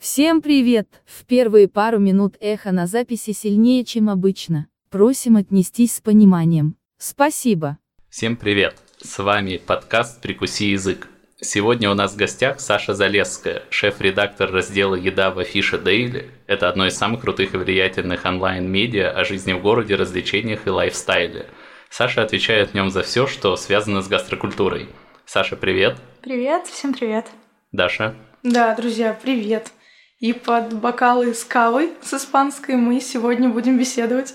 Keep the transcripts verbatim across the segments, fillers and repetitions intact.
Всем привет! В первые пару минут эхо на записи сильнее, чем обычно. Просим отнестись с пониманием. Спасибо. Всем привет! С вами подкаст «Прикуси язык». Сегодня у нас в гостях Саша Залесская, шеф-редактор раздела «Еда» в Афише Daily. Это одно из самых крутых и влиятельных онлайн-медиа о жизни в городе, развлечениях и лайфстайле. Саша отвечает в нем за все, что связано с гастрокультурой. Саша, привет! Привет, всем привет! Даша? Да, друзья, привет! И под бокалы с кавой с испанской мы сегодня будем беседовать.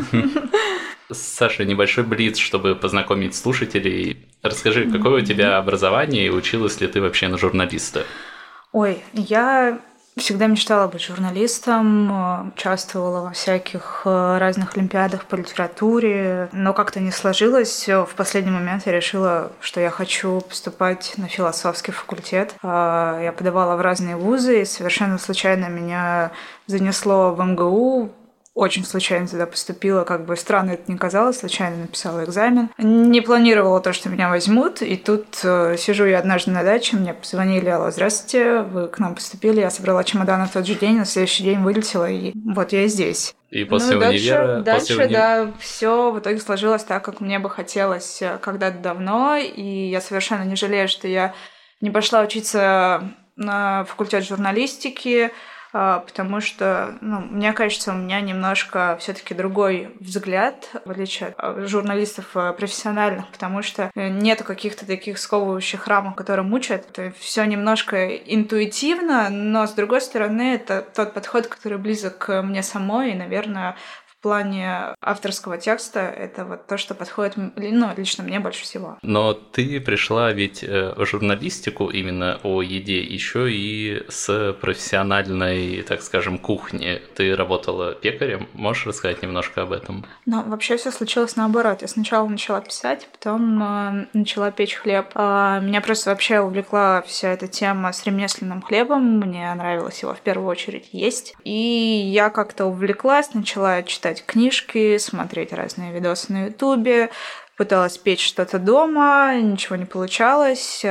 Саша, небольшой блиц, чтобы познакомить слушателей. Расскажи, какое у тебя образование и училась ли ты вообще на журналиста? Ой, я всегда мечтала быть журналистом, участвовала во всяких разных олимпиадах по литературе, но как-то не сложилось. В последний момент я решила, что я хочу поступать на философский факультет. Я подавала в разные вузы, и совершенно случайно меня занесло в эм гэ у. Очень случайно туда поступила, как бы странно это ни казалось, случайно написала экзамен. Не планировала то, что меня возьмут, и тут э, сижу я однажды на даче, мне позвонили: алло, здравствуйте, вы к нам поступили, я собрала чемоданы в тот же день, на следующий день вылетела, и вот я и здесь. И после ну, универа... Дальше, дальше после уни... да, все в итоге сложилось так, как мне бы хотелось когда-то давно, и я совершенно не жалею, что я не пошла учиться на факультет журналистики, потому что, ну, мне кажется, у меня немножко все-таки другой взгляд, в отличие от журналистов профессиональных, потому что нету каких-то таких сковывающих рамок, которые мучают. Это все немножко интуитивно, но, с другой стороны, это тот подход, который близок к мне самой, и, наверное, в плане авторского текста это вот то, что подходит, ну, лично мне больше всего. Но ты пришла ведь в журналистику именно о еде еще и с профессиональной, так скажем, кухни. Ты работала пекарем. Можешь рассказать немножко об этом? Ну, вообще все случилось наоборот. Я сначала начала писать, потом э, начала печь хлеб. А, меня просто вообще увлекла вся эта тема с ремесленным хлебом. Мне нравилось его в первую очередь есть. И я как-то увлеклась, начала читать книжки, смотреть разные видосы на ютубе, пыталась печь что-то дома, ничего не получалось.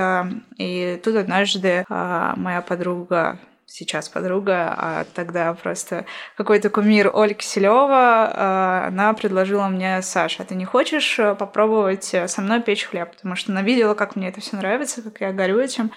И тут однажды моя подруга, сейчас подруга, а тогда просто какой-то кумир, Оля Киселева, она предложила мне: Саша, ты не хочешь попробовать со мной печь хлеб? Потому что она видела, как мне это все нравится, как я горю этим.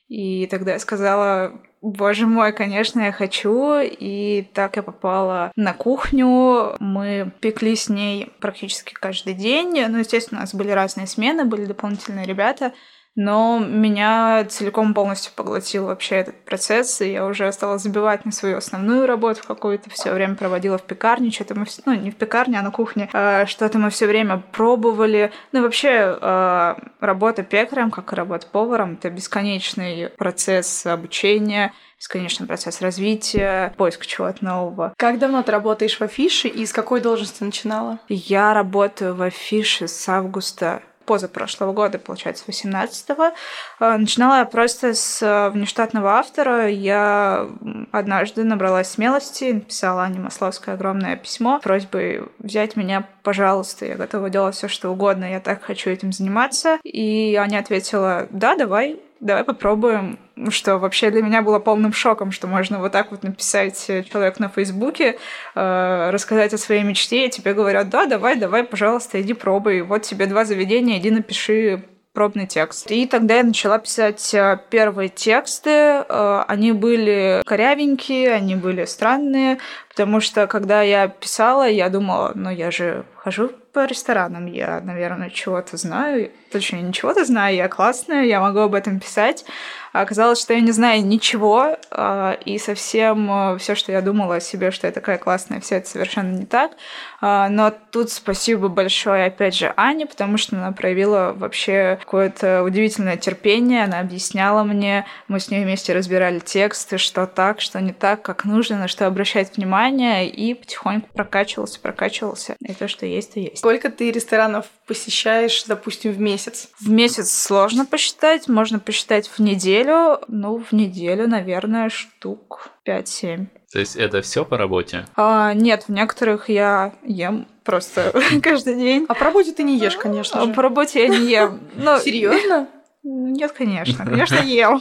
И тогда я сказала: боже мой, конечно, я хочу. И так я попала на кухню. Мы пекли с ней практически каждый день. Ну, естественно, у нас были разные смены, были дополнительные ребята. Но меня целиком полностью поглотил вообще этот процесс, и я уже стала забивать на свою основную работу какую-то, все время проводила в пекарне, что-то мы, ну, не в пекарне, а на кухне, что-то мы все время пробовали. Ну, и вообще, работа пекарем, как и работа поваром, это бесконечный процесс обучения, бесконечный процесс развития, поиска чего-то нового. Как давно ты работаешь в Афише и с какой должности начинала? Я работаю в Афише с августа позапрошлого года, получается, восемнадцатого. Начинала я просто с внештатного автора. Я однажды набралась смелости, написала Ане Масловской огромное письмо с просьбой взять меня, пожалуйста, я готова делать все, что угодно, я так хочу этим заниматься. И Аня ответила: да, давай, давай попробуем. Что вообще для меня было полным шоком, что можно вот так вот написать человеку на Фейсбуке, э, рассказать о своей мечте, и тебе говорят: да, давай, давай, пожалуйста, иди пробуй. Вот тебе два заведения, иди напиши пробный текст. И тогда я начала писать первые тексты. Они были корявенькие, они были странные, потому что когда я писала, я думала: ну я же хожу по ресторанам, я, наверное, чего-то знаю. Точнее, не чего-то знаю, я классная, я могу об этом писать. А оказалось, что я не знаю ничего, и совсем все, что я думала о себе, что я такая классная, все это совершенно не так. Но тут спасибо большое, опять же, Ане, потому что она проявила вообще какое-то удивительное терпение, она объясняла мне, мы с ней вместе разбирали тексты, что так, что не так, как нужно, на что обращать внимание, и потихоньку прокачивался, прокачивался. И то, что есть, то есть. Сколько ты ресторанов посещаешь, допустим, в месяц? В месяц сложно посчитать, можно посчитать в неделю. Ну, в неделю, наверное, штук пять-семь. То есть это все по работе? А, нет, в некоторых я ем просто каждый день. А по работе ты не ешь, конечно же. По работе я не ем. Серьезно? Нет, конечно, конечно, ем.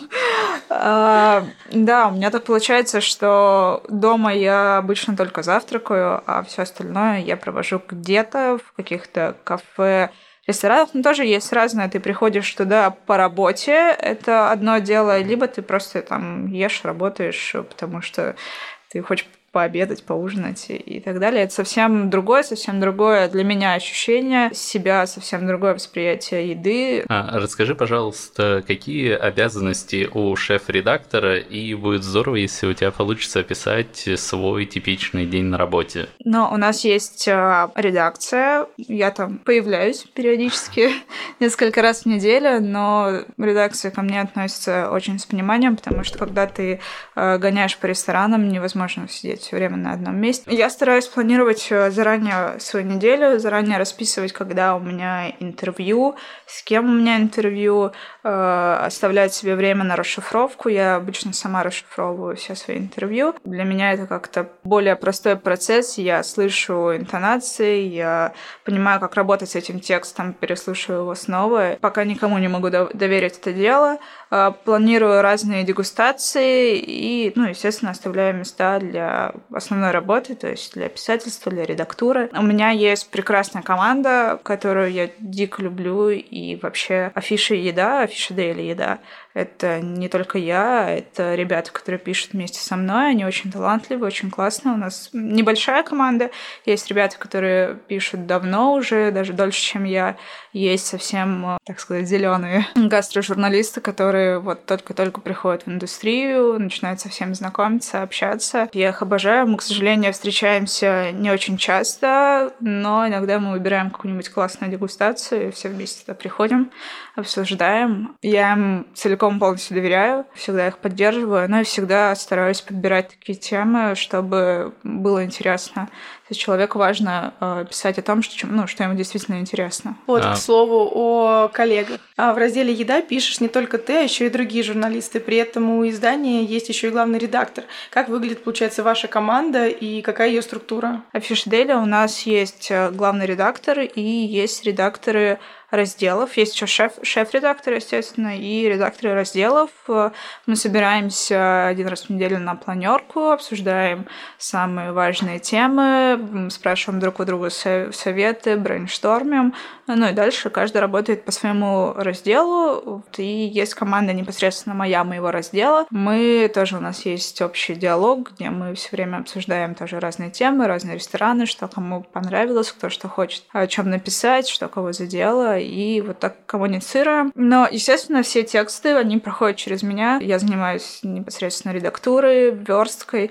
Да, у меня так получается, что дома я обычно только завтракаю, а все остальное я провожу где-то в каких-то кафе, ресторанах. Но тоже есть разное. Ты приходишь туда по работе, это одно дело, либо ты просто там ешь, работаешь, потому что ты хочешь пообедать, поужинать и так далее. Это совсем другое, совсем другое для меня ощущение себя, совсем другое восприятие еды. А, расскажи, пожалуйста, какие обязанности у шеф-редактора, и будет здорово, если у тебя получится описать свой типичный день на работе. Но у нас есть редакция, я там появляюсь периодически несколько раз в неделю, но редакция ко мне относится очень с пониманием, потому что когда ты гоняешь по ресторанам, невозможно сидеть все время на одном месте. Я стараюсь планировать заранее свою неделю, заранее расписывать, когда у меня интервью, с кем у меня интервью, э, оставлять себе время на расшифровку. Я обычно сама расшифровываю все свои интервью. Для меня это как-то более простой процесс. Я слышу интонации, я понимаю, как работать с этим текстом, переслушиваю его снова. Пока никому не могу доверить это дело. Э, планирую разные дегустации и, ну, естественно, оставляю места для основной работы, то есть для писательства, для редактуры. У меня есть прекрасная команда, которую я дико люблю, и вообще Афиша Еда, Афиша Дейли Еда. Это не только я, это ребята, которые пишут вместе со мной, они очень талантливые, очень классные. У нас небольшая команда, есть ребята, которые пишут давно уже, даже дольше, чем я. Есть совсем, так сказать, зеленые гастрожурналисты, которые вот только-только приходят в индустрию, начинают со всеми знакомиться, общаться. Я их обожаю. Мы, к сожалению, встречаемся не очень часто, но иногда мы выбираем какую-нибудь классную дегустацию, и все вместе туда приходим, обсуждаем. Я им целиком полностью доверяю, всегда их поддерживаю, но и всегда стараюсь подбирать такие темы, чтобы было интересно. То есть человеку важно э, писать о том, что, ну, что ему действительно интересно. Вот, а. к слову, о коллегах. А в разделе «Еда» пишешь не только ты, а еще и другие журналисты. При этом у издания есть еще и главный редактор. Как выглядит, получается, ваша команда и какая ее структура? В Афише Дейли у нас есть главный редактор и есть редакторы разделов. Есть еще шеф, шеф-редактор, естественно, и редакторы разделов. Мы собираемся один раз в неделю на планерку, обсуждаем самые важные темы, спрашиваем друг у друга советы, брейнштормим. Ну и дальше каждый работает по своему разделу. И есть команда непосредственно моя, моего раздела. Мы тоже, у нас есть общий диалог, где мы все время обсуждаем тоже разные темы, разные рестораны, что кому понравилось, кто что хочет, о чем написать, что кого задело. И вот так коммуницируем. Но, естественно, все тексты, они проходят через меня. Я занимаюсь непосредственно редактурой, версткой.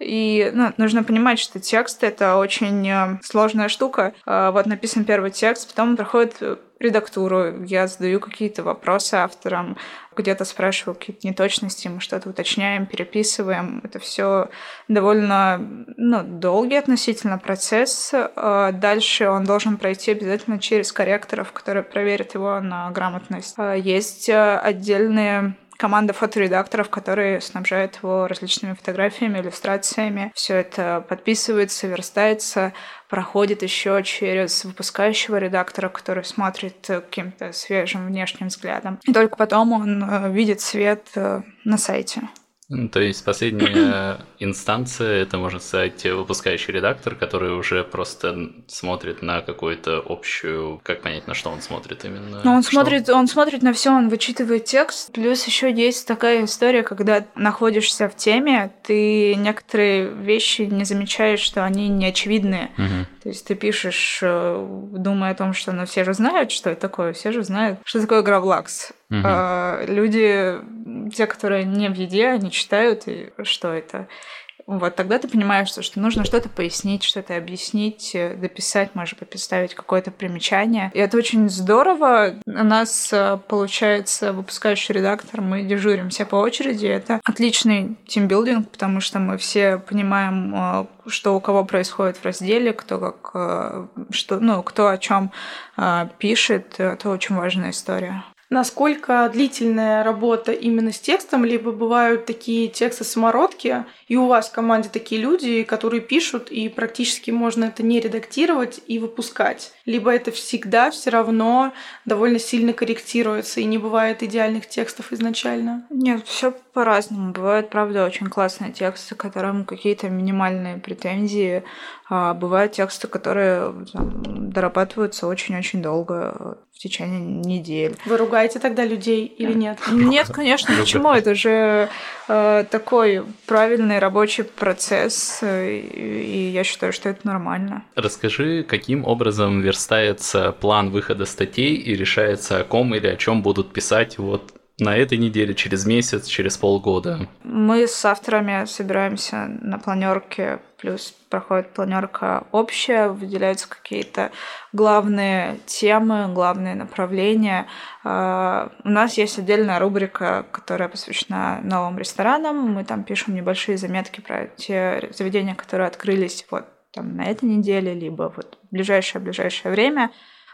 И ну, нужно понимать, что текст — это очень сложная штука. Вот написан первый текст, потом он проходит редактуру. Я задаю какие-то вопросы авторам, где-то спрашиваю какие-то неточности, мы что-то уточняем, переписываем. Это все довольно ну, долгий относительно процесс. Дальше он должен пройти обязательно через корректоров, которые проверят его на грамотность. Есть отдельные команда фоторедакторов, которые снабжают его различными фотографиями, иллюстрациями. Все это подписывается, верстается, проходит еще через выпускающего редактора, который смотрит каким-то свежим внешним взглядом. И только потом он видит свет на сайте. То есть последняя инстанция, это, можно сказать, выпускающий редактор, который уже просто смотрит на какую-то общую... Как понять, на что он смотрит именно? Ну, он что? смотрит, он смотрит на все, он вычитывает текст. Плюс еще есть такая история, когда находишься в теме, ты некоторые вещи не замечаешь, что они не очевидные. Угу. То есть ты пишешь, думая о том, что ну, все же знают, что это такое, все же знают, что такое Гравлакс. Угу. А, люди, те, которые не в еде, они читают, и что это. Вот тогда ты понимаешь, что, что нужно что-то пояснить, что-то объяснить, дописать, может быть, поставить какое-то примечание. И это очень здорово. У нас получается выпускающий редактор, мы дежурим все по очереди. Это отличный тимбилдинг, потому что мы все понимаем, что у кого происходит в разделе, кто как, что, ну, кто о чем пишет. Это очень важная история. Насколько длительная работа именно с текстом, либо бывают такие тексты-самородки, и у вас в команде такие люди, которые пишут, и практически можно это не редактировать и выпускать, либо это всегда все равно довольно сильно корректируется, и не бывает идеальных текстов изначально? Нет, все по-разному. Бывают, правда, очень классные тексты, к которым какие-то минимальные претензии. А бывают тексты, которые там, дорабатываются очень-очень долго, в течение недель. Вы ругаете тогда людей или нет? Нет, конечно, почему? Это же э, такой правильный рабочий процесс, и, и я считаю, что это нормально. Расскажи, каким образом верстается план выхода статей и решается, о ком или о чем будут писать вот на этой неделе, через месяц, через полгода? Мы с авторами собираемся на планерке, плюс проходит планерка общая, выделяются какие-то главные темы, главные направления. У нас есть отдельная рубрика, которая посвящена новым ресторанам. Мы там пишем небольшие заметки про те заведения, которые открылись вот там на этой неделе, либо вот в ближайшее-ближайшее время,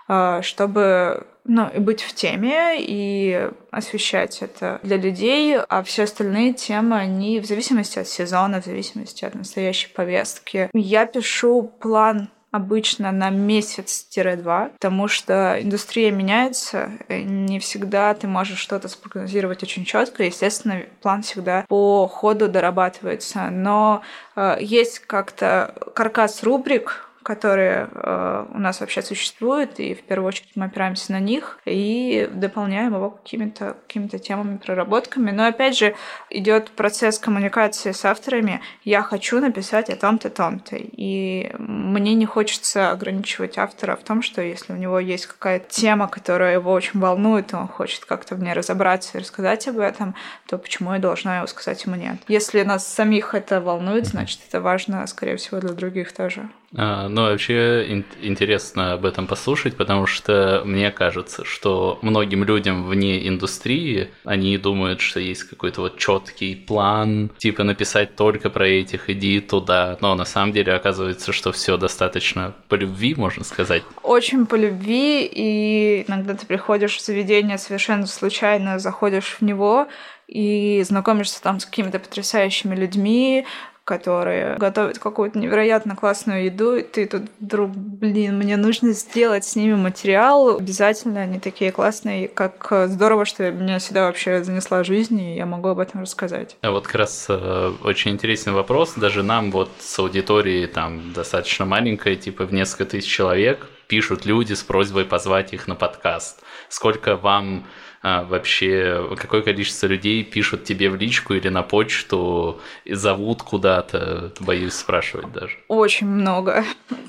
чтобы ну, быть в теме и освещать это для людей, а все остальные темы, они в зависимости от сезона, в зависимости от настоящей повестки. Я пишу план обычно на месяц-два, потому что индустрия меняется, не всегда ты можешь что-то спрогнозировать очень четко. Естественно, план всегда по ходу дорабатывается, но э, есть как-то каркас рубрик, которые э, у нас вообще существуют, и в первую очередь мы опираемся на них и дополняем его какими-то, какими-то темами, проработками. Но опять же идет процесс коммуникации с авторами. Я хочу написать о том-то, том-то. И мне не хочется ограничивать автора в том, что если у него есть какая-то тема, которая его очень волнует, и он хочет как-то в ней разобраться и рассказать об этом, то почему я должна его сказать ему нет? Если нас самих это волнует, значит, это важно, скорее всего, для других тоже. А, ну, вообще ин- интересно об этом послушать, потому что мне кажется, что многим людям вне индустрии, они думают, что есть какой-то вот четкий план, типа написать только про этих, иди туда. Но на самом деле оказывается, что все достаточно по любви, можно сказать. Очень по любви, и иногда ты приходишь в заведение совершенно случайно, заходишь в него и знакомишься там с какими-то потрясающими людьми, которые готовят какую-то невероятно классную еду, и ты тут вдруг, блин, мне нужно сделать с ними материал. Обязательно они такие классные, как здорово, что меня сюда вообще занесла жизнь, и я могу об этом рассказать. А вот как раз э, очень интересный вопрос. Даже нам вот с аудиторией там достаточно маленькой, типа в несколько тысяч человек, пишут люди с просьбой позвать их на подкаст. Сколько вам а, вообще, какое количество людей пишут тебе в личку или на почту и зовут куда-то? Боюсь спрашивать даже. Очень много.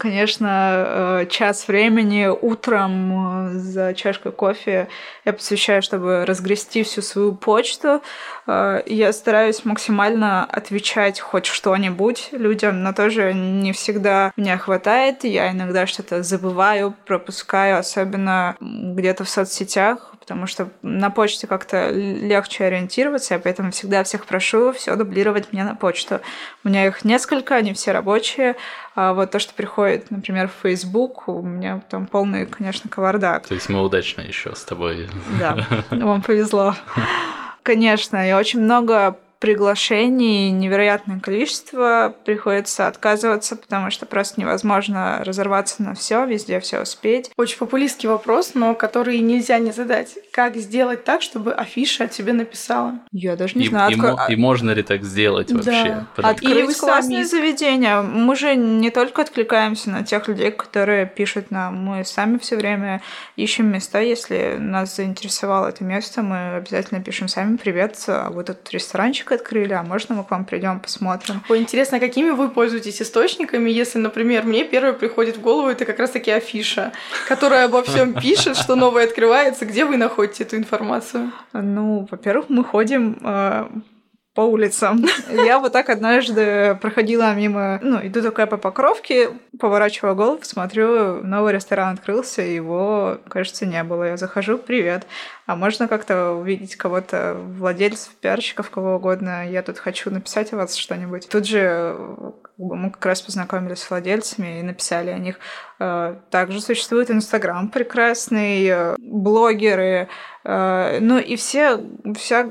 Конечно, час времени утром за чашкой кофе я посвящаю, чтобы разгрести всю свою почту. Я стараюсь максимально отвечать хоть что-нибудь людям, но тоже не всегда мне хватает. Я иногда что-то забываю, пропускаю, особенно где-то в соцсетях, потому что на почте как-то легче ориентироваться, я поэтому всегда всех прошу все дублировать мне на почту. У меня их несколько, они все рабочие, а вот то, что приходит, например, в Facebook, у меня там полный, конечно, кавардак. То есть мы удачно еще с тобой. Да, вам повезло. Конечно, и очень много приглашений, невероятное количество, приходится отказываться, потому что просто невозможно разорваться на все, везде все успеть. Очень популистский вопрос, но который нельзя не задать. Как сделать так, чтобы афиша о тебе написала? Я даже не и, знаю. И, отко... мо- и можно ли так сделать вообще? Да. Потому... Открыть классные сами... заведения. Мы же не только откликаемся на тех людей, которые пишут нам. Мы сами все время ищем места. Если нас заинтересовало это место, мы обязательно пишем сами: привет, вот этот ресторанчик открыли, а можно мы к вам придем, посмотрим. Ой, интересно, какими вы пользуетесь источниками, если, например, мне первое приходит в голову, это как раз-таки афиша, которая обо всем пишет, что новое открывается. Где вы находите эту информацию? Ну, во-первых, мы ходим э, по улицам. Я вот так однажды проходила мимо, ну, иду такая по Покровке, поворачиваю голову, смотрю, новый ресторан открылся, его, кажется, не было. Я захожу: привет. А можно как-то увидеть кого-то, владельцев, пиарщиков, кого угодно? Я тут хочу написать о вас что-нибудь. Тут же мы как раз познакомились с владельцами и написали о них. Также существует Инстаграм прекрасный, блогеры, ну и все, вся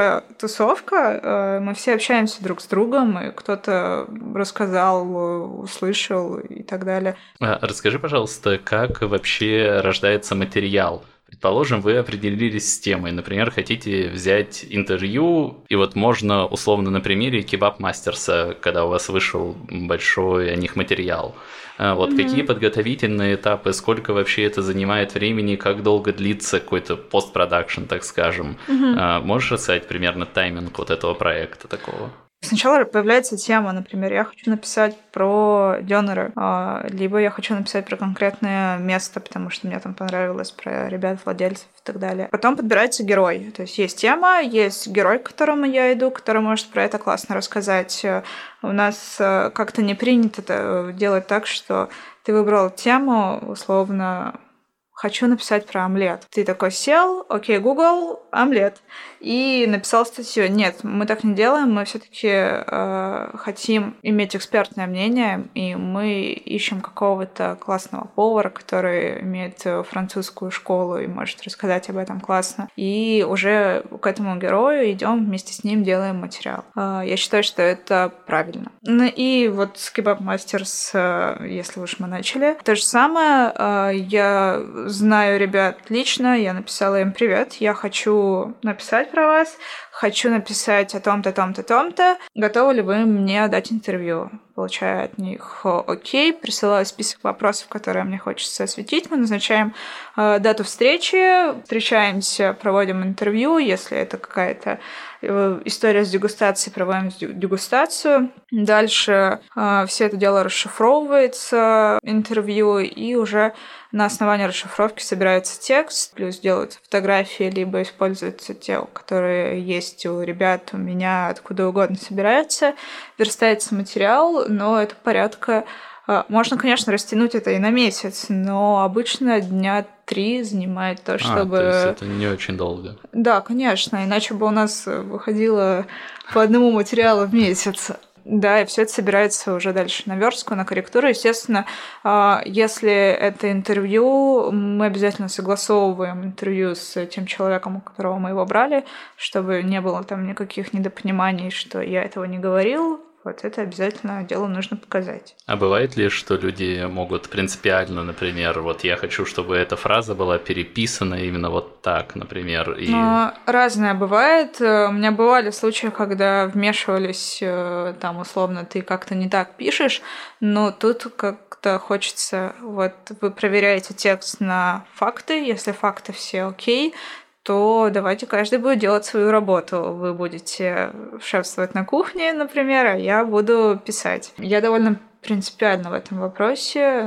гастро-тусовка, мы все общаемся друг с другом, и кто-то рассказал, услышал и так далее. Расскажи, пожалуйста, как вообще рождается материал? Предположим, вы определились с темой, например, хотите взять интервью, и вот можно условно на примере Kebab Masters, когда у вас вышел большой о них материал. Вот mm-hmm. какие подготовительные этапы, сколько вообще это занимает времени, как долго длится какой-то постпродакшн, так скажем. Mm-hmm. Можешь рассказать примерно тайминг вот этого проекта такого? Сначала появляется тема, например, я хочу написать про дёнеры, либо я хочу написать про конкретное место, потому что мне там понравилось, про ребят, владельцев и так далее. Потом подбирается герой. То есть есть тема, есть герой, к которому я иду, который может про это классно рассказать. У нас как-то не принято это делать так, что ты выбрал тему, условно, хочу написать про омлет. Ты такой сел, окей, Google, омлет, и написал статью. Нет, мы так не делаем, мы все-таки э, хотим иметь экспертное мнение, и мы ищем какого-то классного повара, который имеет французскую школу и может рассказать об этом классно. И уже к этому герою идем вместе с ним, делаем материал. Э, я считаю, что это правильно. Ну и вот с Kebab Masters, э, если уж мы начали, то же самое. Э, я знаю ребят лично, я написала им привет, я хочу написать про вас, хочу написать о том-то, том-то, том-то, готовы ли вы мне дать интервью? Получаю от них окей, присылаю список вопросов, которые мне хочется осветить, мы назначаем э, дату встречи, встречаемся, проводим интервью, если это какая-то история с дегустацией, проводим дегустацию. Дальше э, все это дело расшифровывается, интервью, и уже на основании расшифровки собирается текст, плюс делаются фотографии, либо используются те, которые есть у ребят, у меня, откуда угодно собираются. Верстается материал, но это порядка... Можно, конечно, растянуть это и на месяц, но обычно дня три занимает то, чтобы... А, то есть это не очень долго. Да, конечно, иначе бы у нас выходило по одному материалу в месяц. Да, и все это собирается уже дальше на верстку, на корректуру. Естественно, если это интервью, мы обязательно согласовываем интервью с тем человеком, у которого мы его брали, чтобы не было там никаких недопониманий, что я этого не говорил. Вот это обязательно дело нужно показать. А бывает ли, что люди могут принципиально, например, вот я хочу, чтобы эта фраза была переписана именно вот так, например? И... Разное бывает. У меня бывали случаи, когда вмешивались, там, условно, ты как-то не так пишешь, но тут как-то хочется, вот вы проверяете текст на факты, если факты все окей, то давайте каждый будет делать свою работу. Вы будете шефствовать на кухне, например, а я буду писать. Я довольно принципиальна в этом вопросе,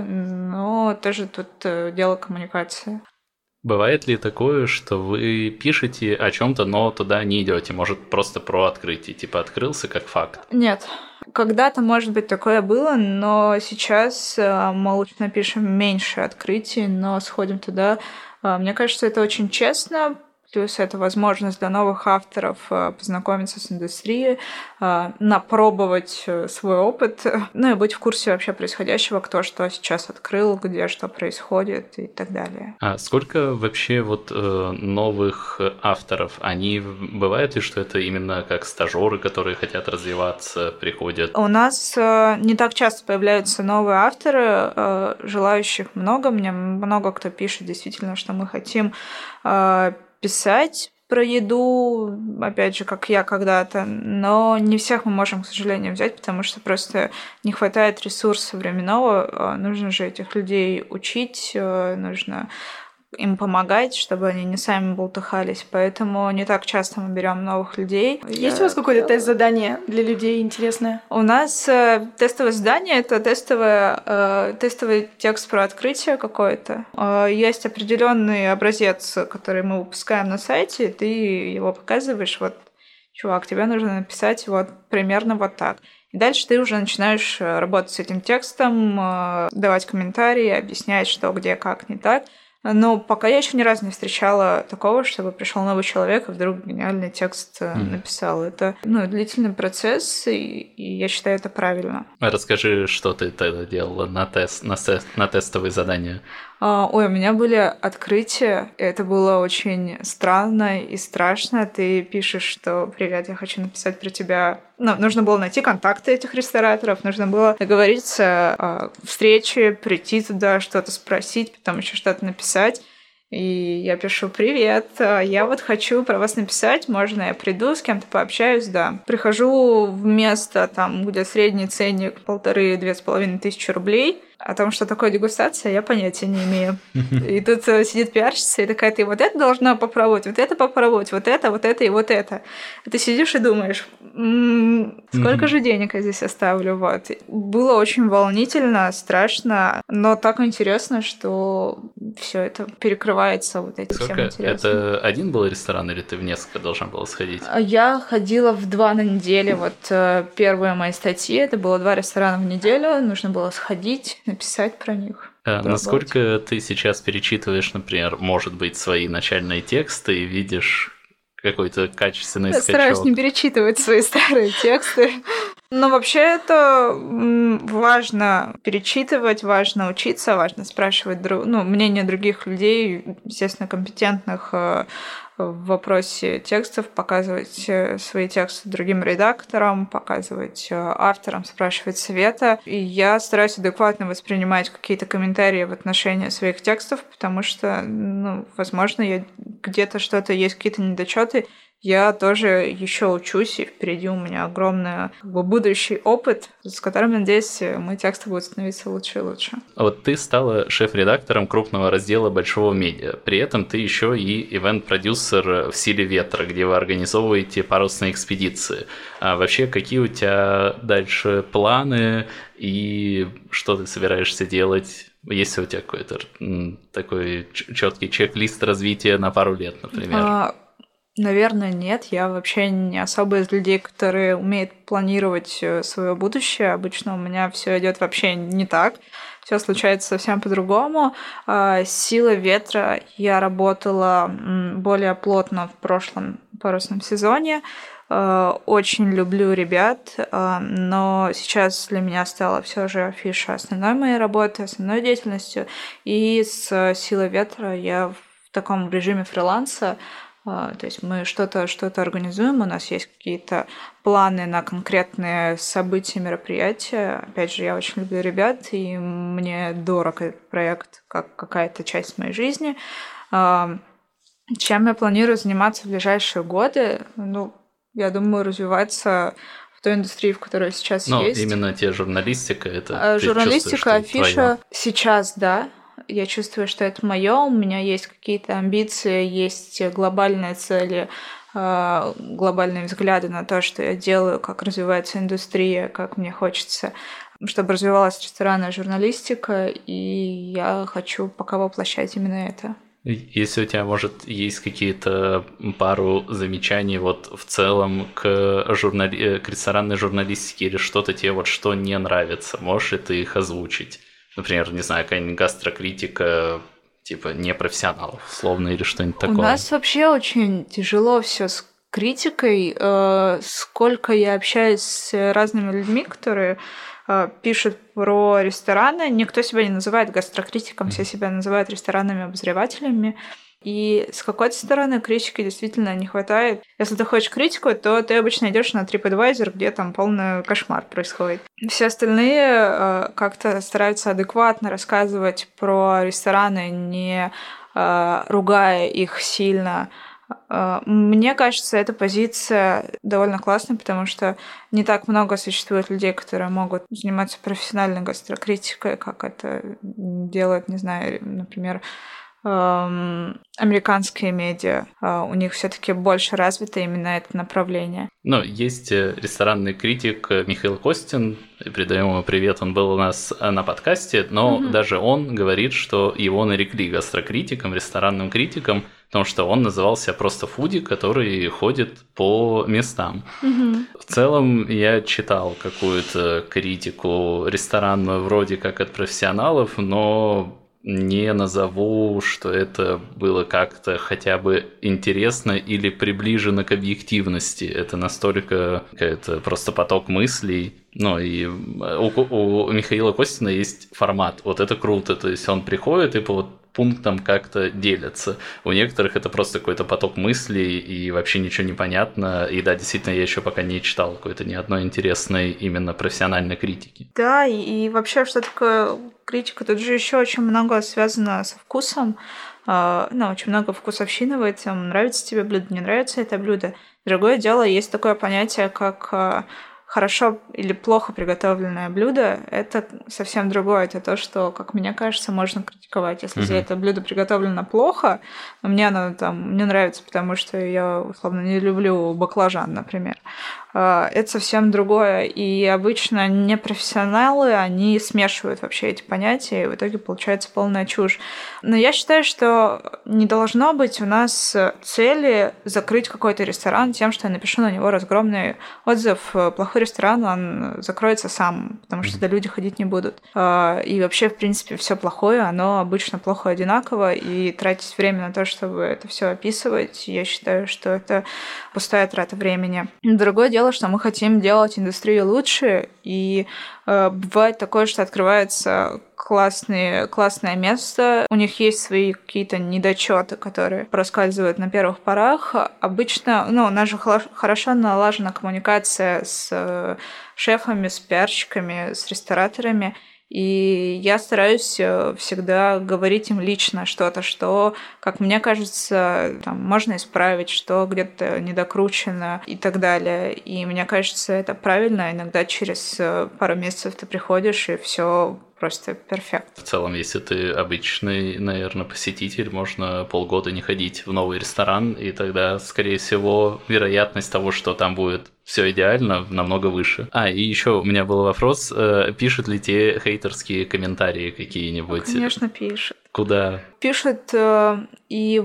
но тоже тут дело коммуникации. Бывает ли такое, что вы пишете о чем-то, но туда не идете? Может, просто про открытие, типа открылся как факт? Нет. Когда-то, может быть, такое было, но сейчас мы лучше напишем меньше открытий, но сходим туда. Мне кажется, это очень честно, плюс это возможность для новых авторов познакомиться с индустрией, напробовать свой опыт, ну и быть в курсе вообще происходящего, кто что сейчас открыл, где что происходит и так далее. А сколько вообще вот новых авторов? Они бывает ли, что это именно как стажеры, которые хотят развиваться, приходят? У нас не так часто появляются новые авторы, желающих много. Мне много кто пишет действительно, что мы хотим писать про еду, опять же, как я когда-то, но не всех мы можем, к сожалению, взять, потому что просто не хватает ресурса временного, нужно же этих людей учить, нужно им помогать, чтобы они не сами болтыхались, поэтому не так часто мы берем новых людей. Есть Я... у вас какое-то тест-задание для людей интересное? У нас э, тестовое задание — это тестовое, э, тестовый текст про открытие какое-то. Э, есть определенный образец, который мы выпускаем на сайте, ты его показываешь, вот, чувак, тебе нужно написать вот примерно вот так. И дальше ты уже начинаешь работать с этим текстом, э, давать комментарии, объяснять, что, где, как, не так. Но пока я еще ни разу не встречала такого, чтобы пришел новый человек и вдруг гениальный текст mm. написал. Это ну, длительный процесс, и, и я считаю, это правильно. Расскажи, что ты тогда делала на, тест, на, на тестовые задания. Uh, ой, у меня были открытия, это было очень странно и страшно. Ты пишешь, что «Привет, я хочу написать про тебя». Ну, нужно было найти контакты этих рестораторов, нужно было договориться о встрече, прийти туда, что-то спросить, потом еще что-то написать. И я пишу: «Привет, я вот хочу про вас написать, можно я приду, с кем-то пообщаюсь?» Да. Прихожу в место, там, где средний ценник полторы-две с половиной тысячи рублей. О том, что такое дегустация, я понятия не имею. И тут сидит пиарщица и такая: «Ты вот это должна попробовать, вот это попробовать, вот это, вот это и вот это». И ты сидишь и думаешь: м-м, сколько же денег я здесь оставлю? Вот. Было очень волнительно, страшно, но так интересно, что все это перекрывается вот этим всем интересом. Это один был ресторан или ты в несколько должна была сходить? Я ходила в два на неделю. Вот первые мои статьи, это было два ресторана в неделю, нужно было сходить, написать про них. А насколько ты сейчас перечитываешь, например, может быть, свои начальные тексты и видишь какой-то качественный я скачок? Я стараюсь не перечитывать свои старые тексты. Но вообще это важно перечитывать, важно учиться, важно спрашивать ну, мнение других людей, естественно, компетентных в вопросе текстов, показывать свои тексты другим редакторам, показывать авторам, спрашивать совета. И я стараюсь адекватно воспринимать какие-то комментарии в отношении своих текстов, потому что, ну, возможно, я где-то что-то есть, какие-то недочеты. Я тоже еще учусь, и впереди у меня огромный как бы, будущий опыт, с которым, надеюсь, мои тексты будут становиться лучше и лучше. А вот ты стала шеф-редактором крупного раздела Большого медиа. При этом ты еще и ивент-продюсер в «Силе ветра», где вы организовываете парусные экспедиции. А вообще, какие у тебя дальше планы и что ты собираешься делать? Есть ли у тебя какой-то такой четкий чек-лист развития на пару лет, например? А... Наверное, нет. Я вообще не особо из людей, которые умеют планировать свое будущее. Обычно у меня все идет вообще не так. Все случается совсем по-другому. «Сила ветра» я работала более плотно в прошлом парусном сезоне. Очень люблю ребят, но сейчас для меня стала все же афиша основной моей работы, основной деятельностью. И с «Силой ветра» я в таком режиме фриланса. То есть мы что-то что-то организуем, у нас есть какие-то планы на конкретные события, мероприятия. Опять же, я очень люблю ребят, и мне дорог этот проект как какая-то часть моей жизни. Чем я планирую заниматься в ближайшие годы? Ну, я думаю, развиваться в той индустрии, в которой сейчас Но есть. Но именно те журналистика, это журналистика, афиша. Твоё. Сейчас, да. Я чувствую, что это мое. У меня есть какие-то амбиции, есть глобальные цели, глобальные взгляды на то, что я делаю, как развивается индустрия, как мне хочется, чтобы развивалась ресторанная журналистика, и я хочу пока воплощать именно это. Если у тебя, может, есть какие-то пару замечаний вот в целом к, журнали... к ресторанной журналистике или что-то тебе вот что не нравится, можешь ли ты их озвучить? Например, не знаю, какая-нибудь гастрокритика, типа непрофессионалов, условно, или что-нибудь такое. У нас вообще очень тяжело все с критикой. Сколько я общаюсь с разными людьми, которые пишут про рестораны, никто себя не называет гастрокритиком, все себя называют ресторанными обозревателями. И с какой-то стороны критики действительно не хватает. Если ты хочешь критику, то ты обычно идешь на TripAdvisor, где там полный кошмар происходит. Все остальные э, как-то стараются адекватно рассказывать про рестораны, не э, ругая их сильно. Э, мне кажется, эта позиция довольно классная, потому что не так много существует людей, которые могут заниматься профессиональной гастрокритикой, как это делают, не знаю, например, американские медиа, у них все-таки больше развито именно это направление. Ну, есть ресторанный критик Михаил Костин, передаем ему привет, он был у нас на подкасте, но mm-hmm. даже он говорит, что его нарекли гастрокритиком, ресторанным критиком, потому что он называл себя просто фуди, который ходит по местам. Mm-hmm. В целом я читал какую-то критику ресторанную вроде как от профессионалов, но не назову, что это было как-то хотя бы интересно или приближено к объективности. Это настолько какой-то просто поток мыслей. Ну, и у, у Михаила Костина есть формат. Вот это круто. То есть он приходит и по вот пунктам как-то делятся. У некоторых это просто какой-то поток мыслей, и вообще ничего не понятно. И да, действительно, я еще пока не читал какой-то ни одной интересной именно профессиональной критики. Да, и, и вообще, что такое критика? Тут же еще очень много связано со вкусом. Uh, ну, очень много вкусовщины в этом. Нравится тебе блюдо, не нравится это блюдо. Другое дело, есть такое понятие, как uh, хорошо или плохо приготовленное блюдо. Это совсем другое. Это то, что, как мне кажется, можно критиковать. Если mm-hmm. это блюдо приготовлено плохо, но мне оно там мне нравится, потому что я, условно, не люблю баклажан, например. Это совсем другое. И обычно непрофессионалы, они смешивают вообще эти понятия, и в итоге получается полная чушь. Но я считаю, что не должно быть у нас цели закрыть какой-то ресторан тем, что я напишу на него разгромный отзыв. Плохой ресторан, он закроется сам, потому что туда люди ходить не будут. И вообще, в принципе, все плохое, оно обычно плохо одинаково, и тратить время на то, чтобы это все описывать, я считаю, что это пустая трата времени. Другое дело, что мы хотим делать индустрию лучше, и э, бывает такое, что открывается классные, классное место, у них есть свои какие-то недочеты, которые проскальзывают на первых порах. Обычно, ну, у нас же хорошо налажена коммуникация с шефами, с пиарщиками, с рестораторами, и я стараюсь всегда говорить им лично что-то, что, как мне кажется, там, можно исправить, что где-то недокручено и так далее. И мне кажется, это правильно. Иногда через пару месяцев ты приходишь, и все просто перфект. В целом, если ты обычный, наверное, посетитель, можно полгода не ходить в новый ресторан, и тогда, скорее всего, вероятность того, что там будет все идеально, намного выше. А, и еще у меня был вопрос, пишут ли те хейтерские комментарии какие-нибудь? Ну, конечно, пишут. Куда? Пишут и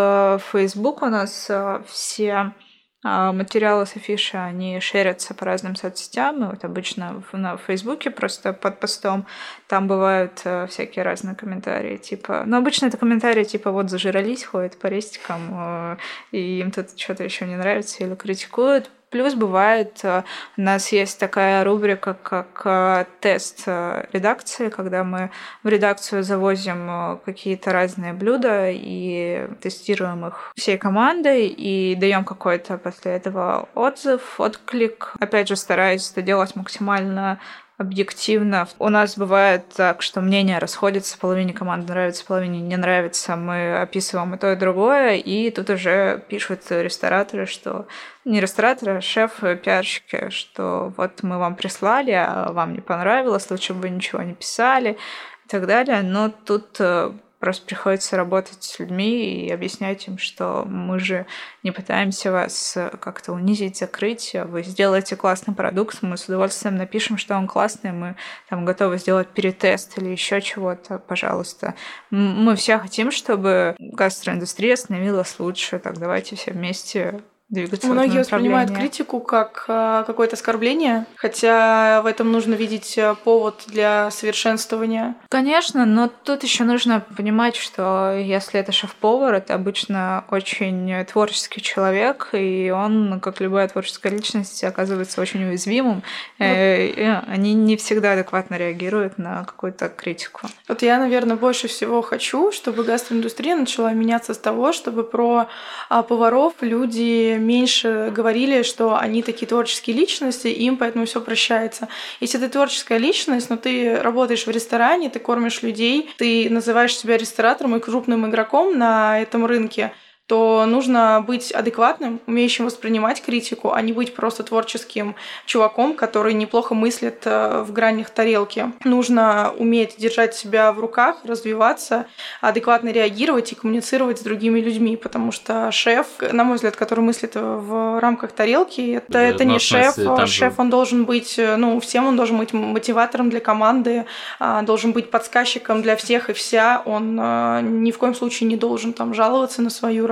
в Facebook у нас все материалы с афиши, они шерятся по разным соцсетям, и вот обычно на Фейсбуке просто под постом там бывают всякие разные комментарии, типа, ну, обычно это комментарии, типа, вот зажрались, ходят по рестикам, и им тут что-то еще не нравится или критикуют. Плюс бывает, у нас есть такая рубрика, как тест редакции, когда мы в редакцию завозим какие-то разные блюда и тестируем их всей командой и даем какой-то после этого отзыв, отклик. Опять же, стараюсь это делать максимально объективно. У нас бывает так, что мнения расходятся, половине команды нравится, половине не нравится. Мы описываем и то, и другое, и тут уже пишут рестораторы, что... Не рестораторы, а шефы, пиарщики, что вот мы вам прислали, а вам не понравилось, лучше бы вы ничего не писали и так далее. Но тут просто приходится работать с людьми и объяснять им, что мы же не пытаемся вас как-то унизить, закрыть. Вы сделаете классный продукт, мы с удовольствием напишем, что он классный, мы там готовы сделать перетест или еще чего-то, пожалуйста. Мы все хотим, чтобы гастроиндустрия становилась лучше, так давайте все вместе двигаться. Многие воспринимают критику как э, какое-то оскорбление, хотя в этом нужно видеть повод для совершенствования. Конечно, но тут еще нужно понимать, что если это шеф-повар, это обычно очень творческий человек, и он, как любая творческая личность, оказывается очень уязвимым. Вот. И они не всегда адекватно реагируют на какую-то критику. Вот я, наверное, больше всего хочу, чтобы гастроиндустрия начала меняться с того, чтобы про а, поваров люди меньше говорили, что они такие творческие личности, и им поэтому все прощается. Если ты творческая личность, но ты работаешь в ресторане, ты кормишь людей, ты называешь себя ресторатором и крупным игроком на этом рынке, то нужно быть адекватным, умеющим воспринимать критику, а не быть просто творческим чуваком, который неплохо мыслит в гранях тарелки. Нужно уметь держать себя в руках, развиваться, адекватно реагировать и коммуницировать с другими людьми, потому что шеф, на мой взгляд, который мыслит в рамках тарелки, это, да, это не шеф. Смысле, шеф, же... он должен быть, ну, всем он должен быть мотиватором для команды, должен быть подсказчиком для всех и вся. Он ни в коем случае не должен там жаловаться на свою работу,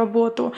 работу.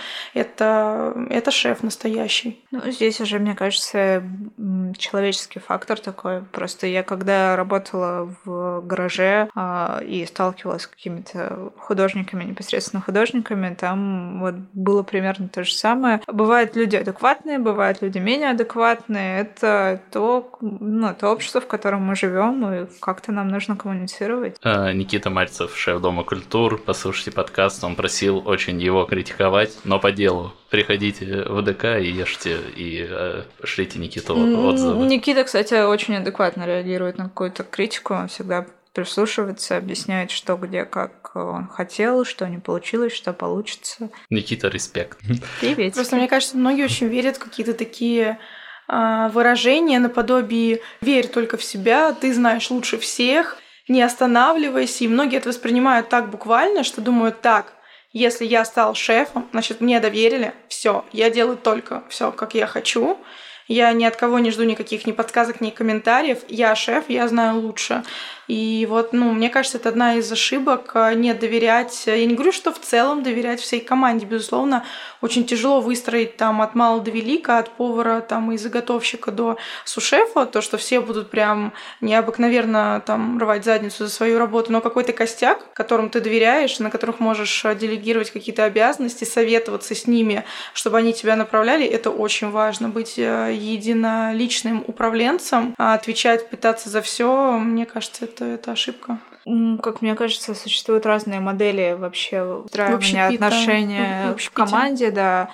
Это, это шеф настоящий. Ну, здесь уже, мне кажется, человеческий фактор такой. Просто я, когда работала в гараже а, и сталкивалась с какими-то художниками, непосредственно художниками, там вот было примерно то же самое. Бывают люди адекватные, бывают люди менее адекватные. Это то, ну, то общество, в котором мы живем, и как-то нам нужно коммуницировать. А, Никита Мальцев, шеф Дома культур, послушайте подкаст, он просил очень его критиковать, но по делу. Приходите в ДК и ешьте, и э, шлите Никиту отзывы. Никита, кстати, очень адекватно реагирует на какую-то критику, он всегда прислушивается, объясняет, что, где, как он хотел, что не получилось, что получится. Никита, респект. Привет. Просто мне кажется, многие очень верят в какие-то такие а, выражения наподобие «верь только в себя», «ты знаешь лучше всех», «не останавливайся». И многие это воспринимают так буквально, что думают так: если я стал шефом, значит, мне доверили, все, я делаю только все, как я хочу. Я ни от кого не жду никаких ни подсказок, ни комментариев. Я шеф, я знаю лучше. И вот, ну, мне кажется, это одна из ошибок — не доверять. Я не говорю, что в целом доверять всей команде. Безусловно, очень тяжело выстроить там от мала до велика, от повара там и заготовщика до сушефа, то, что все будут прям необыкновенно там рвать задницу за свою работу, но какой-то костяк, которым ты доверяешь, на которых можешь делегировать какие-то обязанности, советоваться с ними, чтобы они тебя направляли, это очень важно. Быть единоличным управленцем, отвечать, пытаться за все, мне кажется, это, это ошибка. Как мне кажется, существуют разные модели вообще устраивания отношений в команде, да,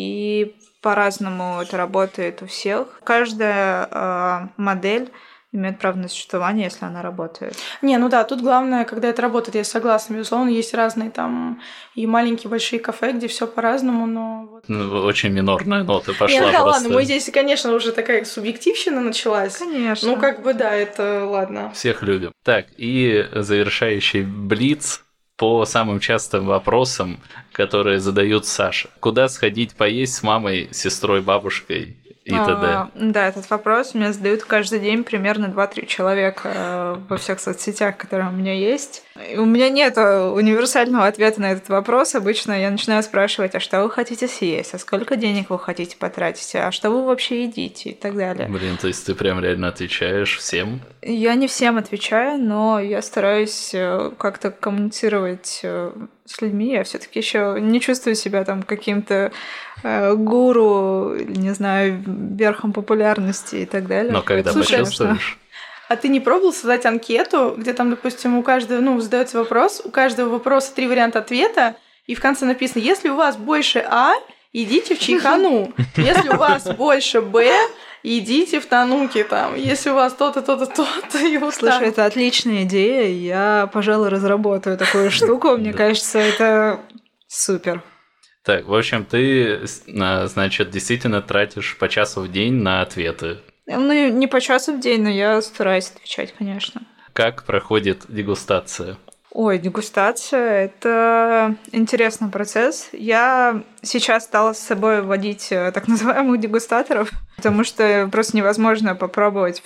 и по-разному это работает у всех. Каждая э, модель имеет право на существование, если она работает. Не, ну да, тут главное, когда это работает, я согласна. Безусловно, есть разные там и маленькие, большие кафе, где все по-разному, но... Вот... Ну, очень минорная нота пошла. Не, ну да, просто. ладно, мы здесь, конечно, уже такая субъективщина началась. Конечно. Ну, как бы, да, это ладно. Всех любим. Так, и завершающий блиц по самым частым вопросам, которые задают Саше. Куда сходить поесть с мамой, сестрой, бабушкой и т.д.? А, да, этот вопрос мне задают каждый день примерно два-три человека во всех соцсетях, которые у меня есть. И у меня нет универсального ответа на этот вопрос. Обычно я начинаю спрашивать, а что вы хотите съесть, а сколько денег вы хотите потратить, а что вы вообще едите и так далее. Блин, то есть ты прям реально отвечаешь всем? Я не всем отвечаю, но я стараюсь как-то коммуницировать с людьми. Я все-таки еще не чувствую себя там каким-то э, гуру, не знаю, верхом популярности и так далее. Но когда Слушай, почувствуешь... А ты не пробовал создать анкету, где там, допустим, у каждого, ну, задается вопрос, у каждого вопроса три варианта ответа, и в конце написано: если у вас больше А, идите в чайхану. Если у вас больше Б, идите в тануки там. Если у вас то-то, то-то, то-то, и вот Слушай, так. это отличная идея. Я, пожалуй, разработаю такую штуку. Мне кажется, это супер. Так, в общем, ты, значит, действительно тратишь по часу в день на ответы. Ну, не по часу в день, но я стараюсь отвечать, конечно. Как проходит дегустация? Ой, дегустация – это интересный процесс. Я сейчас стала с собой вводить так называемых дегустаторов, потому что просто невозможно попробовать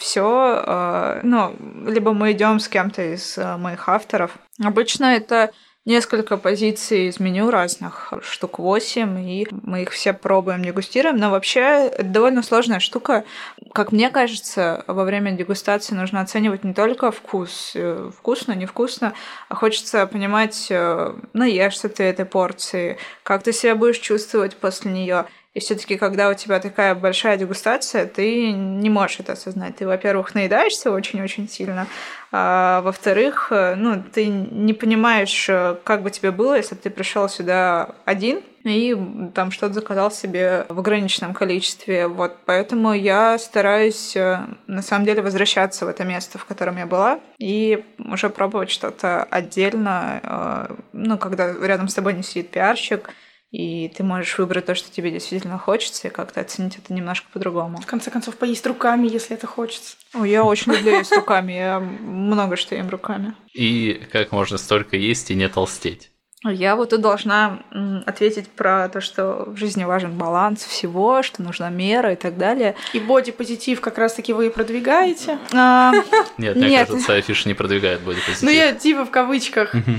все. Ну, либо мы идем с кем-то из моих авторов. Обычно это несколько позиций из меню разных, штук восемь, и мы их все пробуем, дегустируем. Но вообще это довольно сложная штука. Как мне кажется, во время дегустации нужно оценивать не только вкус, вкусно, невкусно, а хочется понимать, наешься ты этой порции, как ты себя будешь чувствовать после нее. И все-таки, когда у тебя такая большая дегустация, ты не можешь это осознать. Ты, во-первых, наедаешься очень-очень сильно, а во-вторых, ну, ты не понимаешь, как бы тебе было, если бы ты пришел сюда один и там что-то заказал себе в ограниченном количестве. Вот, поэтому я стараюсь, на самом деле, возвращаться в это место, в котором я была, и уже пробовать что-то отдельно, ну, когда рядом с тобой не сидит пиарщик, и ты можешь выбрать то, что тебе действительно хочется, и как-то оценить это немножко по-другому. В конце концов, поесть руками, если это хочется. О, я очень люблю есть руками, я много что ем руками. И как можно столько есть и не толстеть? Я вот тут должна ответить про то, что в жизни важен баланс всего, что нужна мера и так далее. И бодипозитив как раз-таки вы продвигаете? А, нет, мне нет. кажется, Афиша не продвигает бодипозитив. Ну, я типа в кавычках.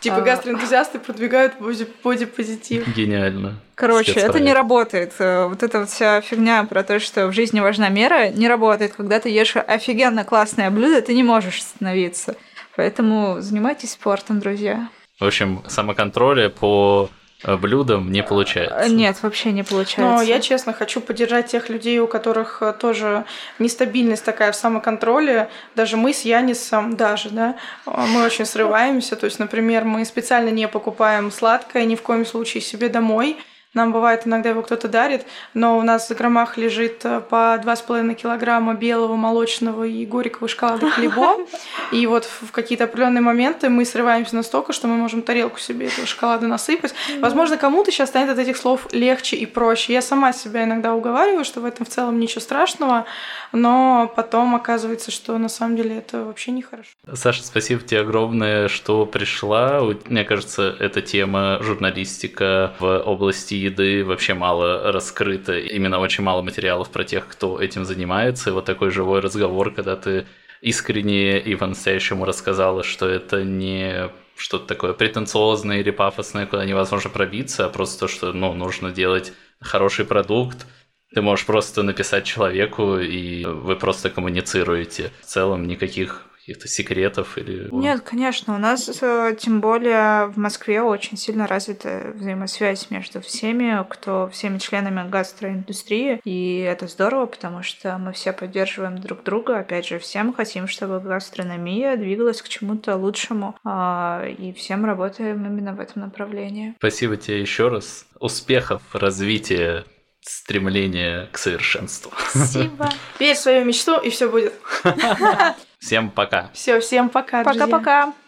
Типа гастроэнтузиасты продвигают бодипозитив. Гениально. Короче, это не работает. Вот эта вот вся фигня про то, что в жизни важна мера, не работает. Когда ты ешь офигенно классное блюдо, ты не можешь остановиться. Поэтому занимайтесь спортом, друзья. В общем, самоконтроля по блюдам не получается. Нет, вообще не получается. Но я, честно, хочу поддержать тех людей, у которых тоже нестабильность такая в самоконтроле. Даже мы с Янисом, даже, да, мы очень срываемся. То есть, например, мы специально не покупаем сладкое ни в коем случае себе домой. Нам бывает, иногда его кто-то дарит, но у нас в закромах лежит по два с половиной килограмма белого, молочного и горького шоколада хлеба. И вот в какие-то определенные моменты мы срываемся настолько, что мы можем тарелку себе этого шоколада насыпать. Возможно, кому-то сейчас станет от этих слов легче и проще. Я сама себя иногда уговариваю, что в этом в целом ничего страшного, но потом оказывается, что на самом деле это вообще нехорошо. Саша, спасибо тебе огромное, что пришла. Мне кажется, эта тема журналистика в области еды вообще мало раскрыта. Именно очень мало материалов про тех, кто этим занимается. И вот такой живой разговор, когда ты искренне и по-настоящему рассказала, что это не что-то такое претенциозное или пафосное, куда невозможно пробиться, а просто то, что ну, нужно делать хороший продукт. Ты можешь просто написать человеку, и вы просто коммуницируете. В целом никаких каких-то секретов или... Нет, конечно, у нас тем более в Москве очень сильно развита взаимосвязь между всеми, кто всеми членами гастроиндустрии, и это здорово, потому что мы все поддерживаем друг друга, опять же, всем хотим, чтобы гастрономия двигалась к чему-то лучшему, и всем работаем именно в этом направлении. Спасибо тебе еще раз. Успехов, развития, стремления к совершенству. Спасибо. Верь в свою мечту, и все будет. Всем пока. Все, всем пока. Пока-пока.